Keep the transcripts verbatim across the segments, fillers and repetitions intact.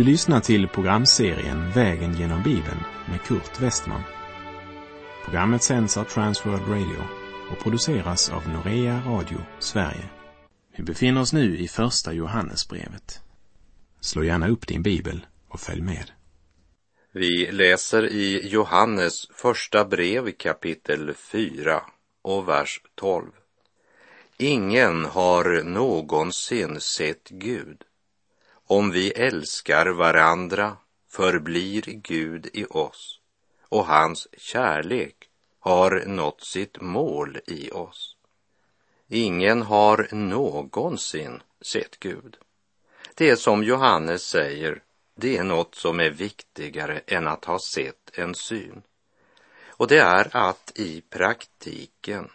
Du lyssnar till programserien Vägen genom Bibeln med Kurt Westman. Programmet sänds av Transworld Radio och produceras av Norea Radio Sverige. Vi befinner oss nu i första Johannesbrevet. Slå gärna upp din bibel och följ med. Vi läser i Johannes första brev kapitel fyra och vers tolv. Ingen har någonsin sett Gud. Om vi älskar varandra förblir Gud i oss, och hans kärlek har nått sitt mål i oss. Ingen har någonsin sett Gud. Det som Johannes säger, det är något som är viktigare än att ha sett en syn. Och det är att i praktiken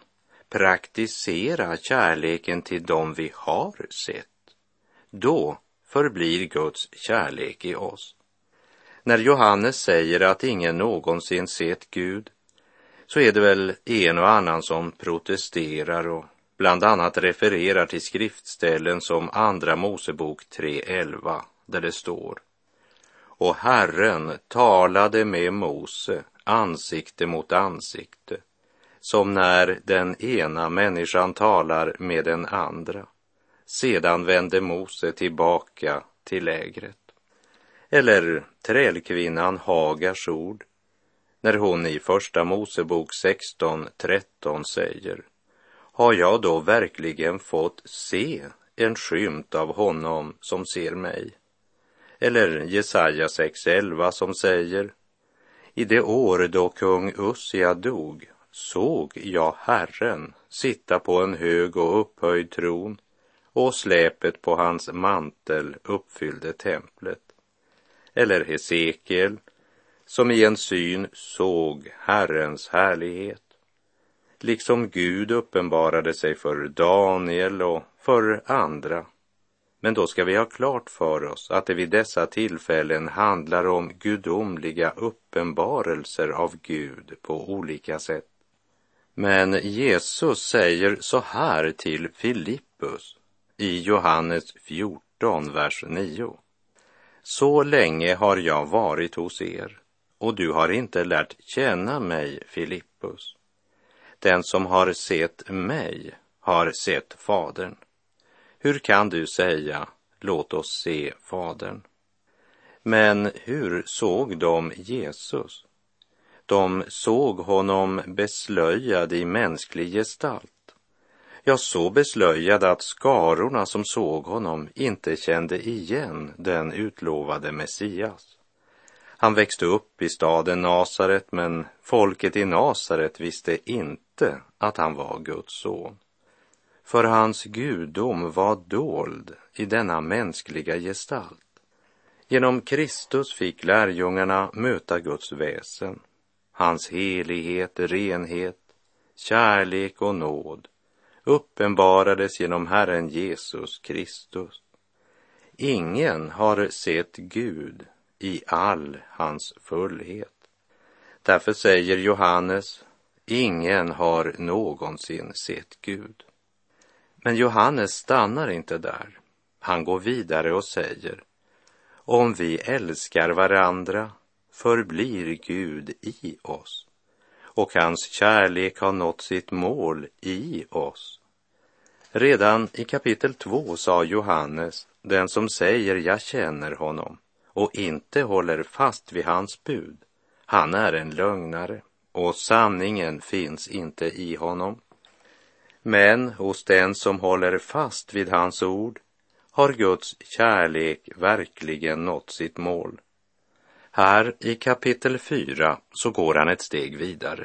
praktisera kärleken till dem vi har sett. Då förblir Guds kärlek i oss. När Johannes säger att ingen någonsin sett Gud, så är det väl en och annan som protesterar och bland annat refererar till skriftställen som andra Mosebok tre elva, där det står: Och Herren talade med Mose ansikte mot ansikte, som när den ena människan talar med den andra. Sedan vände Mose tillbaka till lägret. Eller trälkvinnan Hagars ord, när hon i första Mosebok sexton tretton säger: Har jag då verkligen fått se en skymt av honom som ser mig? Eller Jesaja sex elva som säger: I det år då kung Ussia dog såg jag Herren sitta på en hög och upphöjd tron, och släpet på hans mantel uppfyllde templet. Eller Hesekiel, som i en syn såg Herrens härlighet. Liksom Gud uppenbarade sig för Daniel och för andra. Men då ska vi ha klart för oss att det vid dessa tillfällen handlar om gudomliga uppenbarelser av Gud på olika sätt. Men Jesus säger så här till Filippus i Johannes fjorton, vers nio. Så länge har jag varit hos er, och du har inte lärt känna mig, Filippus. Den som har sett mig har sett Fadern. Hur kan du säga, låt oss se Fadern? Men hur såg de Jesus? De såg honom beslöjad i mänsklig gestalt. Ja, så beslöjad att skarorna som såg honom inte kände igen den utlovade Messias. Han växte upp i staden Nasaret, men folket i Nasaret visste inte att han var Guds son. För hans gudom var dold i denna mänskliga gestalt. Genom Kristus fick lärjungarna möta Guds väsen, hans helighet, renhet, kärlek och nåd uppenbarades genom Herren Jesus Kristus. Ingen har sett Gud i all hans fullhet. Därför säger Johannes, ingen har någonsin sett Gud. Men Johannes stannar inte där. Han går vidare och säger: Om vi älskar varandra förblir Gud i oss, och hans kärlek har nått sitt mål i oss. Redan i kapitel två sa Johannes: Den som säger jag känner honom och inte håller fast vid hans bud, han är en lögnare, och sanningen finns inte i honom. Men hos den som håller fast vid hans ord har Guds kärlek verkligen nått sitt mål. Här i kapitel fyra så går han ett steg vidare.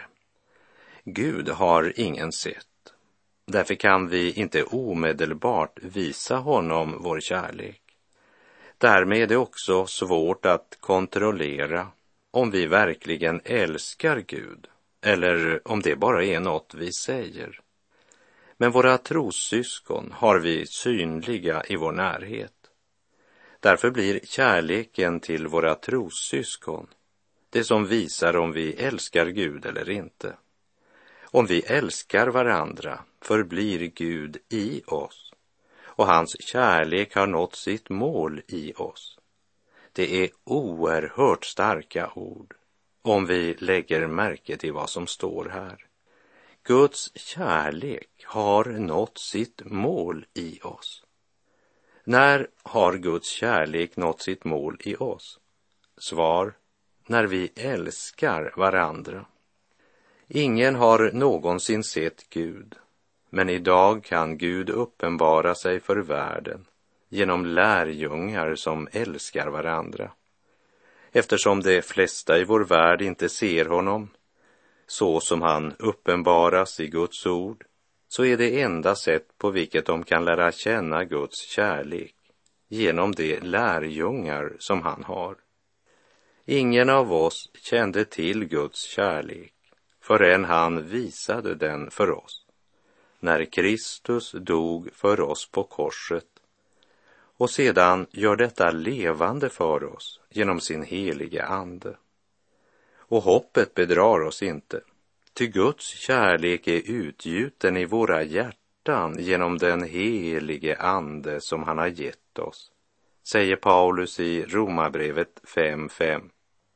Gud har ingen sett. Därför kan vi inte omedelbart visa honom vår kärlek. Därmed är det också svårt att kontrollera om vi verkligen älskar Gud, eller om det bara är något vi säger. Men våra trossyskon har vi synliga i vår närhet. Därför blir kärleken till våra trossyskon det som visar om vi älskar Gud eller inte. Om vi älskar varandra förblir Gud i oss, och hans kärlek har nått sitt mål i oss. Det är oerhört starka ord om vi lägger märke till vad som står här. Guds kärlek har nått sitt mål i oss. När har Guds kärlek nått sitt mål i oss? Svar: när vi älskar varandra. Ingen har någonsin sett Gud, men idag kan Gud uppenbara sig för världen genom lärjungar som älskar varandra. Eftersom de flesta i vår värld inte ser honom så som han uppenbaras i Guds ord, så är det enda sätt på vilket de kan lära känna Guds kärlek genom de lärjungar som han har. Ingen av oss kände till Guds kärlek förrän han visade den för oss, när Kristus dog för oss på korset, och sedan gör detta levande för oss genom sin helige ande. Och hoppet bedrar oss inte, ty Guds kärlek är utgjuten i våra hjärtan genom den helige ande som han har gett oss, säger Paulus i Romarbrevet fem fem.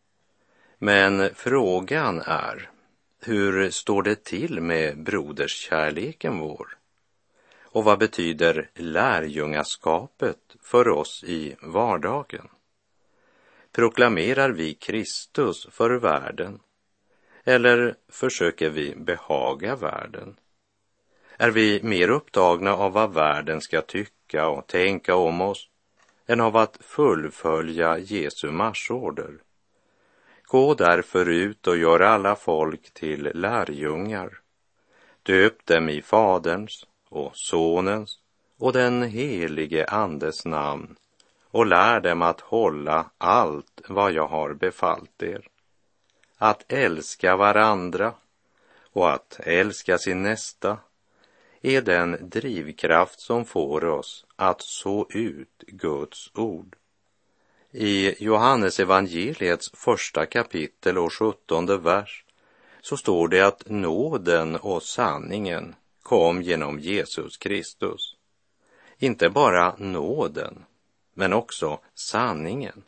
Men frågan är, hur står det till med broderskärleken vår? Och vad betyder lärjungaskapet för oss i vardagen? Proklamerar vi Kristus för världen? Eller försöker vi behaga världen? Är vi mer upptagna av vad världen ska tycka och tänka om oss än av att fullfölja Jesu marschorder? Gå därför ut och gör alla folk till lärjungar. Döp dem i Faderns och Sonens och den helige Andes namn, och lär dem att hålla allt vad jag har befallt er. Att älska varandra och att älska sin nästa är den drivkraft som får oss att så ut Guds ord. I Johannes evangeliets första kapitel och sjuttonde vers så står det att nåden och sanningen kom genom Jesus Kristus. Inte bara nåden, men också sanningen.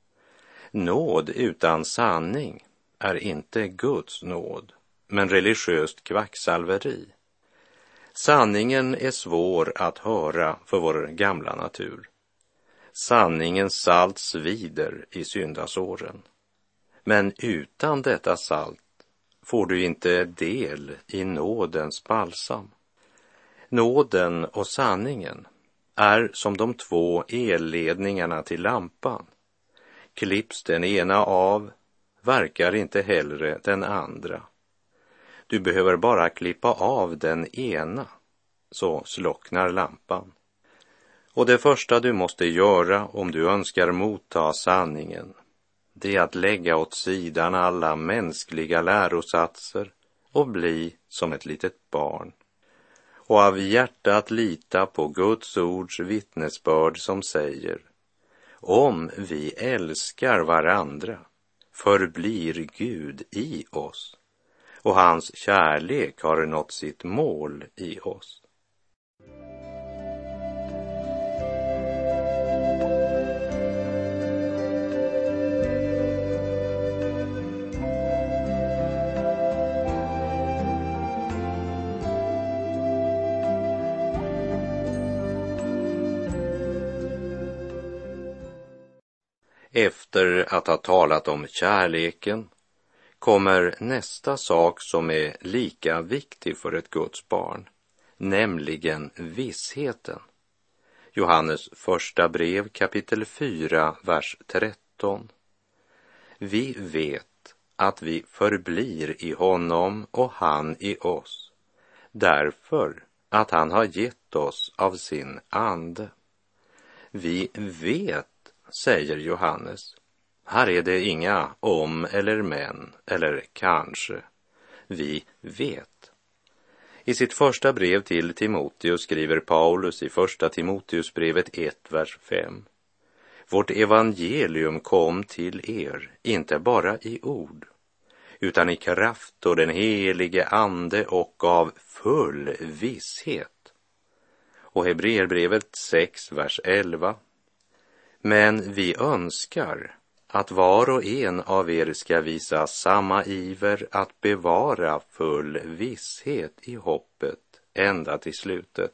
Nåd utan sanning är inte Guds nåd, men religiöst kvacksalveri. Sanningen är svår att höra för vår gamla natur. Sanningens salt svider i syndasåren. Men utan detta salt får du inte del i nådens balsam. Nåden och sanningen är som de två elledningarna till lampan. Klipps den ena av, verkar inte hellre den andra. Du behöver bara klippa av den ena, så slocknar lampan. Och det första du måste göra om du önskar motta sanningen, det är att lägga åt sidan alla mänskliga lärosatser och bli som ett litet barn. Och av hjärtat lita på Guds ords vittnesbörd som säger: om vi älskar varandra förblir Gud i oss, och hans kärlek har nått sitt mål i oss. Efter att ha talat om kärleken kommer nästa sak som är lika viktig för ett Guds barn, nämligen vissheten. Johannes första brev kapitel fyra, vers tretton. Vi vet att vi förblir i honom och han i oss, därför att han har gett oss av sin ande. Vi vet, säger Johannes. Här är det inga om eller men eller kanske. Vi vet. I sitt första brev till Timoteus skriver Paulus i första Timoteusbrevet ett, vers fem. Vårt evangelium kom till er, inte bara i ord, utan i kraft och den helige ande och av full visshet. Och Hebreerbrevet sex, vers elva. Men vi önskar att var och en av er ska visa samma iver att bevara full visshet i hoppet ända till slutet.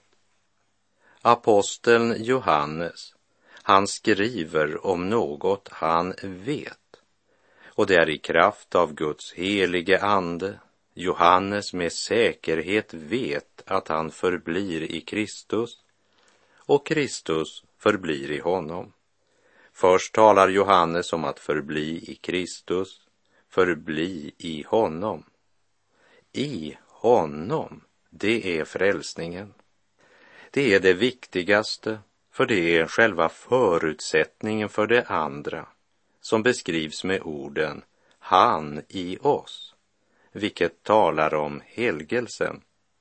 Aposteln Johannes, han skriver om något han vet. Och det är i kraft av Guds helige ande Johannes med säkerhet vet att han förblir i Kristus och Kristus förblir i honom. Först talar Johannes om att förbli i Kristus, förbli i honom. I honom, det är frälsningen. Det är det viktigaste, för det är själva förutsättningen för det andra, som beskrivs med orden han i oss, vilket talar om helgelsen.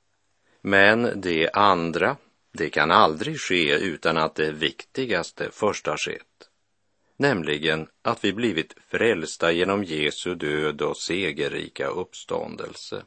Men det andra, det kan aldrig ske utan att det viktigaste först har skett, nämligen att vi blivit frälsta genom Jesu död och segerrika uppståndelse.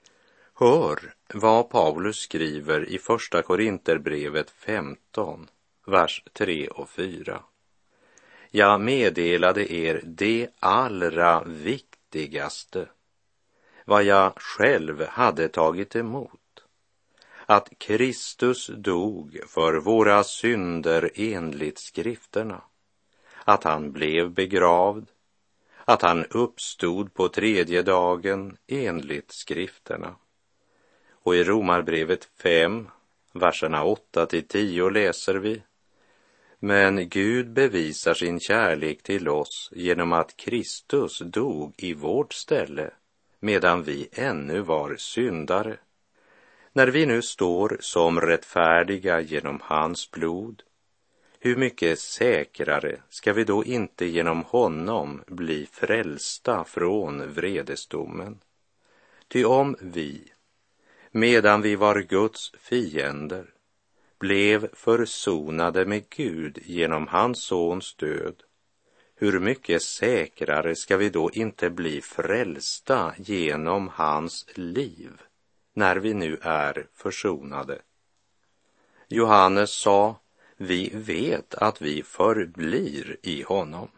Hör vad Paulus skriver i första Korinterbrevet femton, vers tre och fyra. Jag meddelade er det allra viktigaste, vad jag själv hade tagit emot, att Kristus dog för våra synder enligt skrifterna, att han blev begravd, att han uppstod på tredje dagen enligt skrifterna. Och i Romarbrevet fem, verserna åtta till tio läser vi: Men Gud bevisar sin kärlek till oss genom att Kristus dog i vårt ställe medan vi ännu var syndare. När vi nu står som rättfärdiga genom hans blod, hur mycket säkrare ska vi då inte genom honom bli frälsta från vredesdomen? Ty om vi, medan vi var Guds fiender, blev försonade med Gud genom hans sons död, hur mycket säkrare ska vi då inte bli frälsta genom hans liv, när vi nu är försonade? Johannes sa, vi vet att vi förblir i honom.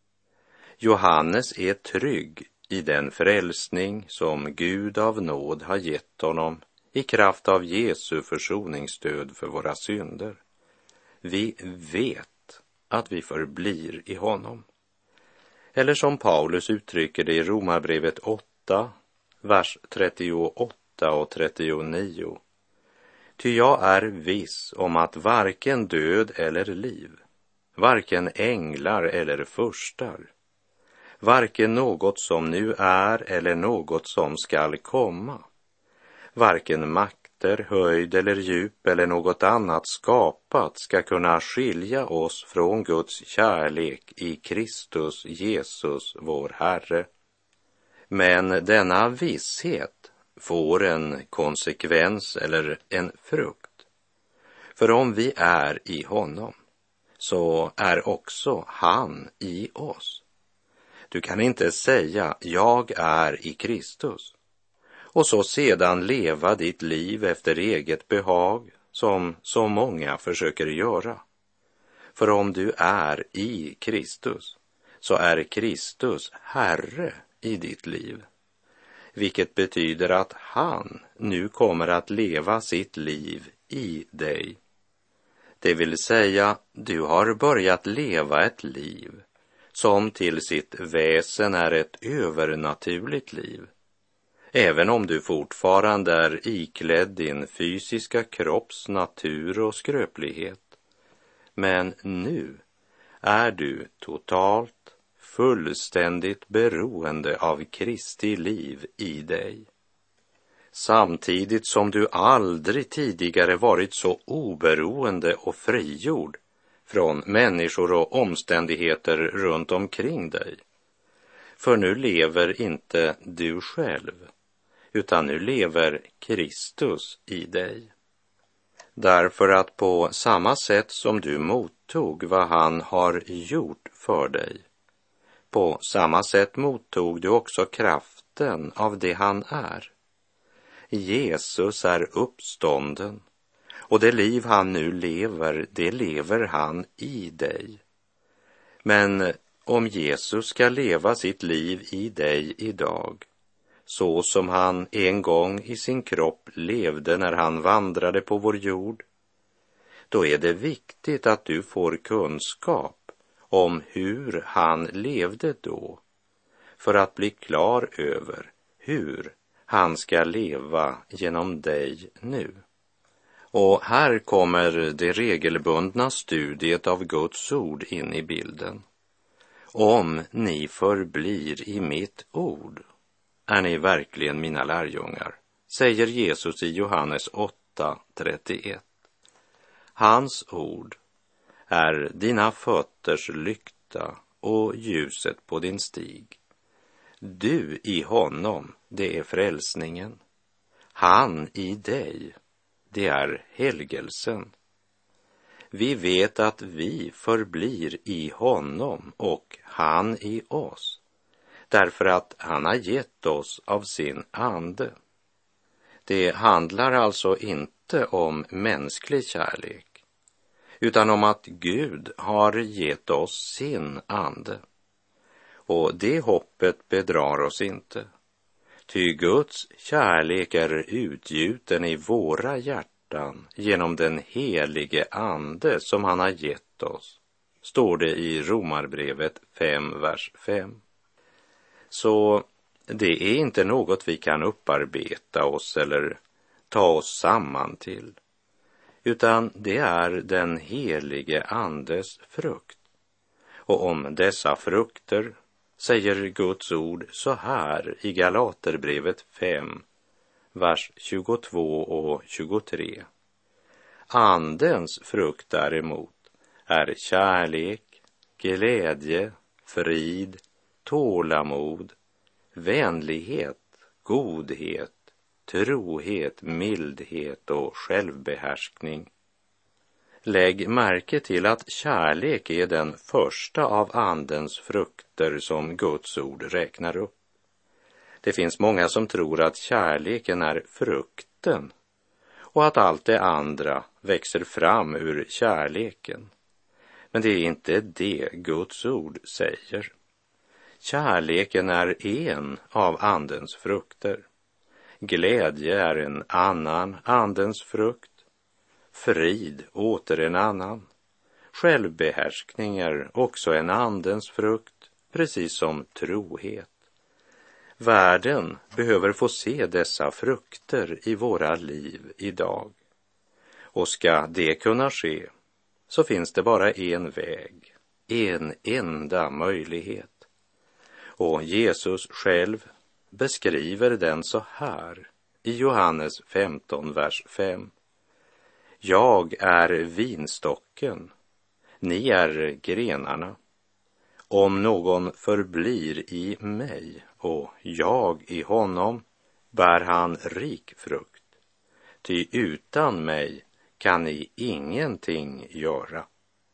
Johannes är trygg i den frälsning som Gud av nåd har gett honom i kraft av Jesu försoningsstöd för våra synder. Vi vet att vi förblir i honom. Eller som Paulus uttrycker det i Romarbrevet åtta, vers trettioåtta och trettionio. Ty jag är viss om att varken död eller liv, varken änglar eller furstar, varken något som nu är eller något som skall komma, varken makter, höjd eller djup eller något annat skapat ska kunna skilja oss från Guds kärlek i Kristus Jesus vår Herre. Men denna visshet får en konsekvens eller en frukt. För om vi är i honom, så är också han i oss. Du kan inte säga, jag är i Kristus, och så sedan leva ditt liv efter eget behag, som så många försöker göra. För om du är i Kristus, så är Kristus Herre i ditt liv. Vilket betyder att han nu kommer att leva sitt liv i dig. Det vill säga, du har börjat leva ett liv som till sitt väsen är ett övernaturligt liv. Även om du fortfarande är iklädd din fysiska kropps natur och skröplighet. Men nu är du totalt, fullständigt beroende av Kristi liv i dig. Samtidigt som du aldrig tidigare varit så oberoende och frigjord från människor och omständigheter runt omkring dig. För nu lever inte du själv, utan nu lever Kristus i dig. Därför att på samma sätt som du mottog vad han har gjort för dig, på samma sätt mottog du också kraften av det han är. Jesus är uppstånden, och det liv han nu lever, det lever han i dig. Men om Jesus ska leva sitt liv i dig idag, så som han en gång i sin kropp levde när han vandrade på vår jord, då är det viktigt att du får kunskap om hur han levde då, för att bli klar över hur han ska leva genom dig nu. Och här kommer det regelbundna studiet av Guds ord in i bilden. Om ni förblir i mitt ord, är ni verkligen mina lärjungar, säger Jesus i Johannes åtta trettioett. Hans ord är dina fötters lykta och ljuset på din stig. Du i honom, det är frälsningen. Han i dig, det är helgelsen. Vi vet att vi förblir i honom och han i oss, därför att han har gett oss av sin ande. Det handlar alltså inte om mänsklig kärlek, utan om att Gud har gett oss sin ande. Och det hoppet bedrar oss inte. Ty Guds kärlek är utgjuten i våra hjärtan genom den helige ande som han har gett oss, står det i Romarbrevet fem, vers fem. Så det är inte något vi kan upparbeta oss eller ta oss samman till, utan det är den helige andes frukt. Och om dessa frukter säger Guds ord så här i Galaterbrevet fem, vers tjugotvå och tjugotre. Andens frukt däremot är kärlek, glädje, frid, tålamod, vänlighet, godhet, trohet, mildhet och självbehärskning. Lägg märke till att kärlek är den första av andens frukter som Guds ord räknar upp. Det finns många som tror att kärleken är frukten och att allt det andra växer fram ur kärleken. Men det är inte det Guds ord säger. Kärleken är en av andens frukter. Glädje är en annan andens frukt. Frid åter en annan. Självbehärskning är också en andens frukt, precis som trohet. Världen behöver få se dessa frukter i våra liv idag. Och ska det kunna ske, så finns det bara en väg, en enda möjlighet. Och Jesus själv beskriver den så här i Johannes femton, vers fem. Jag är vinstocken, ni är grenarna. Om någon förblir i mig och jag i honom, bär han rik frukt. Ty utan mig kan ni ingenting göra.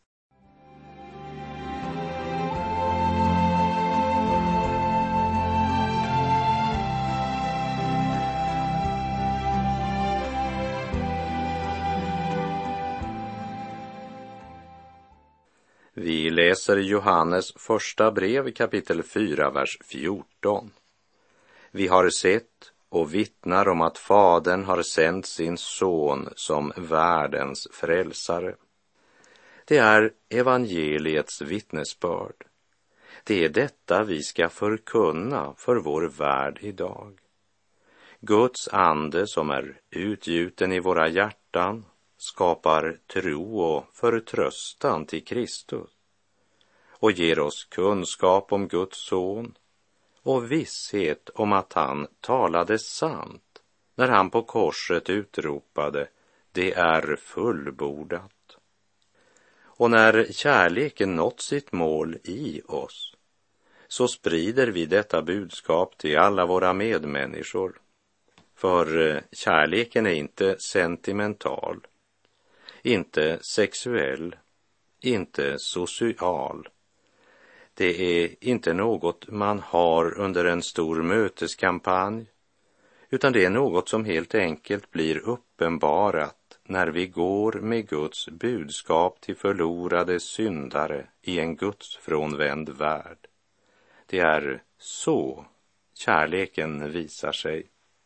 Vi läser Johannes första brev kapitel fyra, vers fjorton. Vi har sett och vittnar om att Fadern har sänt sin son som världens frälsare. Det är evangeliets vittnesbörd. Det är detta vi ska förkunna för vår värld idag. Guds ande som är utgjuten i våra hjärtan skapar tro och förtröstan till Kristus och ger oss kunskap om Guds son och visshet om att han talade sant när han på korset utropade: det är fullbordat. Och när kärleken nått sitt mål i oss, så sprider vi detta budskap till alla våra medmänniskor. För kärleken är inte sentimental, inte sexuell, inte social. Det är inte något man har under en stor möteskampanj, utan det är något som helt enkelt blir uppenbarat när vi går med Guds budskap till förlorade syndare i en gudsfrånvänd värld. Det är så kärleken visar sig.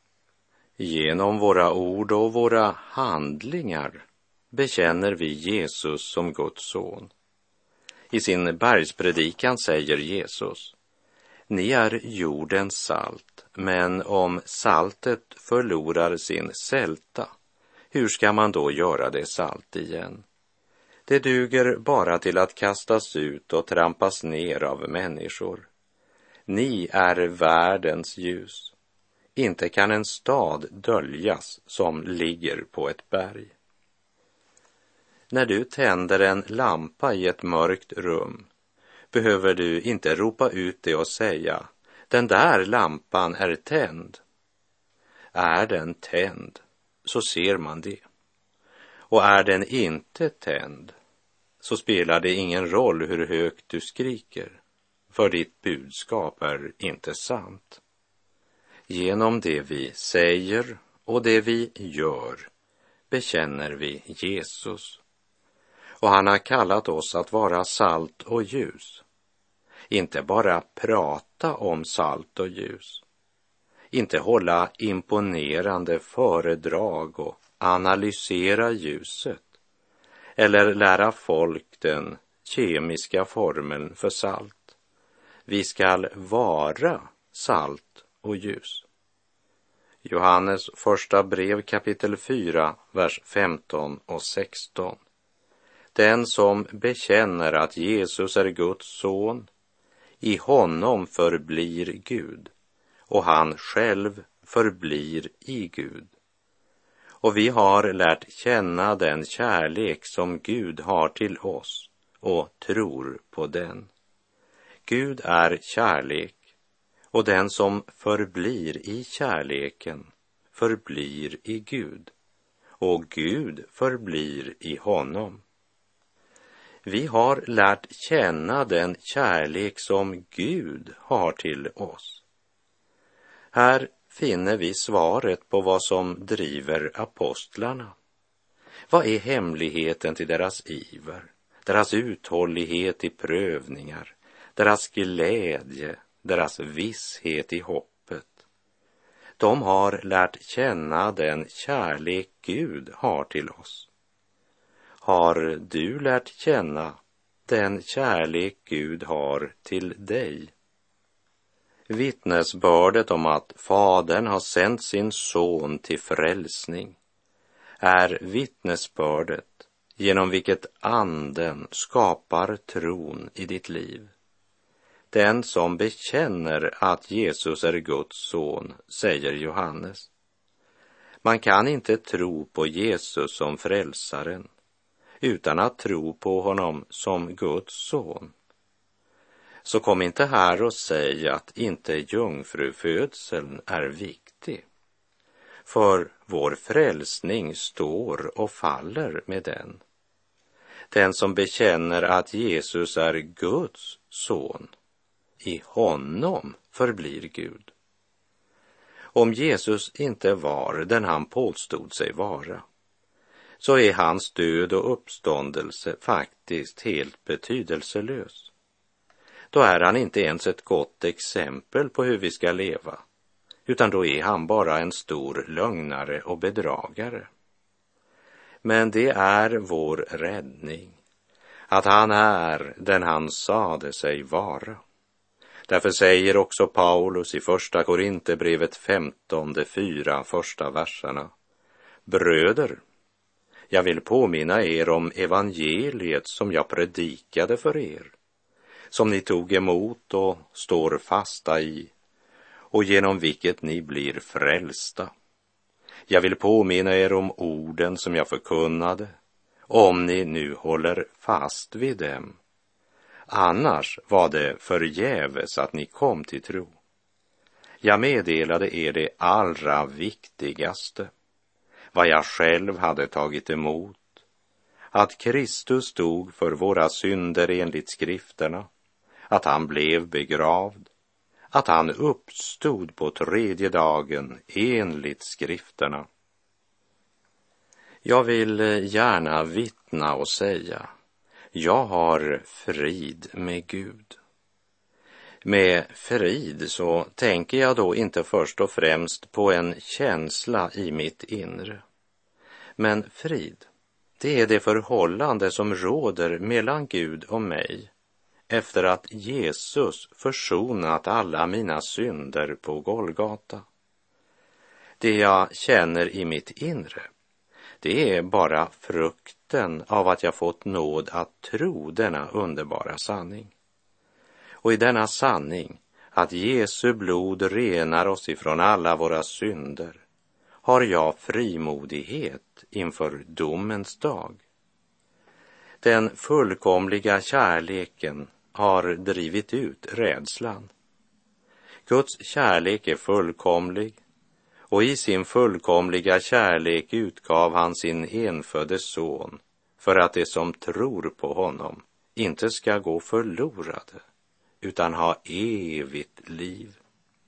Genom våra ord och våra handlingar bekänner vi Jesus som Guds son. I sin bergspredikan säger Jesus: ni är jordens salt, men om saltet förlorar sin sälta, hur ska man då göra det salt igen? Det duger bara till att kastas ut och trampas ner av människor. Ni är världens ljus. Inte kan en stad döljas som ligger på ett berg. När du tänder en lampa i ett mörkt rum behöver du inte ropa ut det och säga: den där lampan är tänd. Är den tänd så ser man det. Och är den inte tänd så spelar det ingen roll hur högt du skriker, för ditt budskap är inte sant. Genom det vi säger och det vi gör bekänner vi Jesus. Och han har kallat oss att vara salt och ljus. Inte bara prata om salt och ljus. Inte hålla imponerande föredrag och analysera ljuset. Eller lära folk den kemiska formeln för salt. Vi skall vara salt och ljus. Johannes första brev kapitel fyra, vers femton och sexton. Den som bekänner att Jesus är Guds son, i honom förblir Gud, och han själv förblir i Gud. Och vi har lärt känna den kärlek som Gud har till oss och tror på den. Gud är kärlek, och den som förblir i kärleken förblir i Gud, och Gud förblir i honom. Vi har lärt känna den kärlek som Gud har till oss. Här finner vi svaret på vad som driver apostlarna. Vad är hemligheten till deras iver, deras uthållighet i prövningar, deras glädje, deras visshet i hoppet? De har lärt känna den kärlek Gud har till oss. Har du lärt känna den kärlek Gud har till dig? Vittnesbördet om att Fadern har sänt sin son till frälsning är vittnesbördet genom vilket anden skapar tron i ditt liv. Den som bekänner att Jesus är Guds son, säger Johannes. Man kan inte tro på Jesus som frälsaren utan att tro på honom som Guds son. Så kom inte här och säg att inte jungfrufödseln är viktig. För vår frälsning står och faller med den. Den som bekänner att Jesus är Guds son, i honom förblir Gud. Om Jesus inte var den han påstod sig vara, så är hans död och uppståndelse faktiskt helt betydelselös. Då är han inte ens ett gott exempel på hur vi ska leva, utan då är han bara en stor lögnare och bedragare. Men det är vår räddning, att han är den han sade sig vara. Därför säger också Paulus i första Korinthierbrevet femton, de fyra första verserna: bröder, jag vill påminna er om evangeliet som jag predikade för er, som ni tog emot och står fasta i, och genom vilket ni blir frälsta. Jag vill påminna er om orden som jag förkunnade, om ni nu håller fast vid dem. Annars var det förgäves att ni kom till tro. Jag meddelade er det allra viktigaste, vad jag själv hade tagit emot, att Kristus dog för våra synder enligt skrifterna, att han blev begravd, att han uppstod på tredje dagen enligt skrifterna. Jag vill gärna vittna och säga, jag har frid med Gud. Med frid så tänker jag då inte först och främst på en känsla i mitt inre. Men frid, det är det förhållande som råder mellan Gud och mig efter att Jesus försonat alla mina synder på Golgata. Det jag känner i mitt inre, det är bara frukten av att jag fått nåd att tro denna underbara sanning. Och i denna sanning, att Jesu blod renar oss ifrån alla våra synder, har jag frimodighet inför domens dag. Den fullkomliga kärleken har drivit ut rädslan. Guds kärlek är fullkomlig, och i sin fullkomliga kärlek utgav han sin enfödde son för att de som tror på honom inte ska gå förlorade utan ha evigt liv.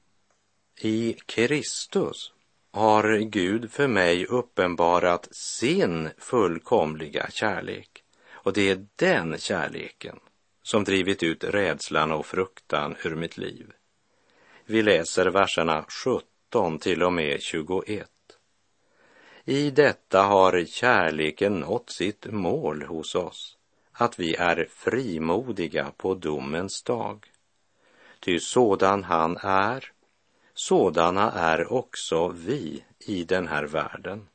I Kristus har Gud för mig uppenbarat sin fullkomliga kärlek, och det är den kärleken som drivit ut rädslan och fruktan ur mitt liv. Vi läser verserna sjutton till och med tjugoett. I detta har kärleken nått sitt mål hos oss, att vi är frimodiga på domens dag. Ty sådan han är, sådana är också vi i den här världen.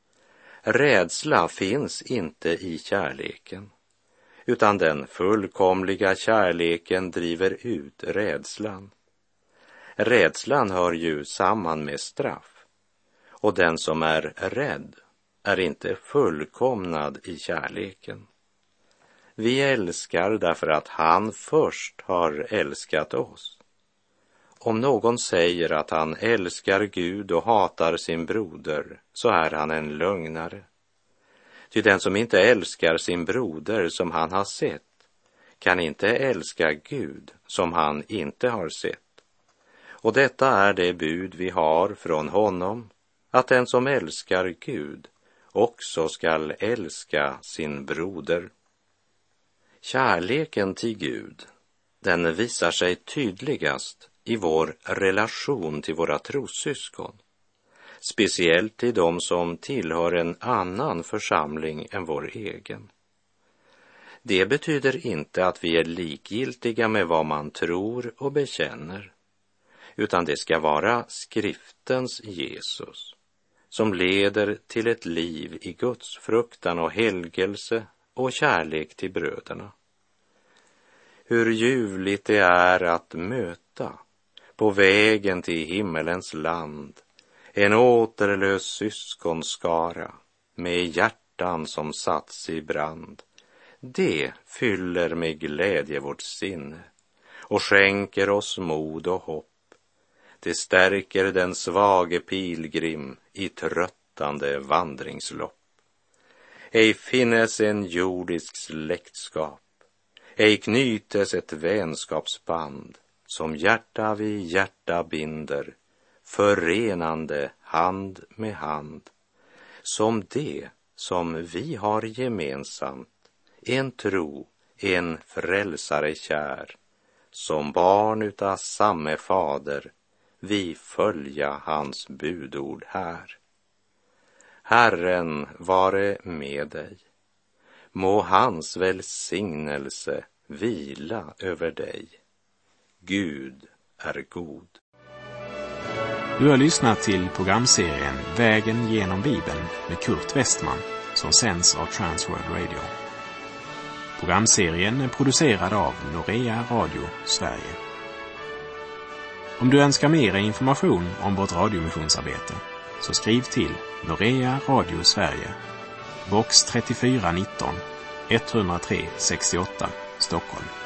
Rädsla finns inte i kärleken, utan den fullkomliga kärleken driver ut rädslan. Rädslan hör ju samman med straff, och den som är rädd är inte fullkomnad i kärleken. Vi älskar därför att han först har älskat oss. Om någon säger att han älskar Gud och hatar sin broder, så är han en lögnare. Ty den som inte älskar sin broder som han har sett, kan inte älska Gud som han inte har sett. Och detta är det bud vi har från honom, att den som älskar Gud också skall älska sin broder. Kärleken till Gud, den visar sig tydligast i vår relation till våra trossyskon, speciellt till de som tillhör en annan församling än vår egen. Det betyder inte att vi är likgiltiga med vad man tror och bekänner, utan det ska vara skriftens Jesus som leder till ett liv i Guds fruktan och helgelse och kärlek till bröderna. Hur ljuvligt det är att möta på vägen till himmelens land en återlös syskonskara med hjärtan som satts i brand. Det fyller med glädje vårt sinne och skänker oss mod och hopp. Det stärker den svage pilgrim i tröttande vandringslopp. Ej finnes en jordisk släktskap, ej knytes ett vänskapsband som hjärta vid hjärta binder, förenande hand med hand, som det som vi har gemensamt, en tro, en frälsare kär, som barn utav samme fader, vi följa hans budord här. Herren vare med dig. Må hans välsignelse vila över dig. Gud är god. Du har lyssnat till programserien Vägen genom Bibeln med Kurt Westman, som sänds av Transworld Radio. Programserien är producerad av Norea Radio Sverige. Om du önskar mer information om vårt radiomissionsarbete, så skriv till Norea Radio Sverige, box trettiofyra nitton, etthundratre sextioåtta, Stockholm.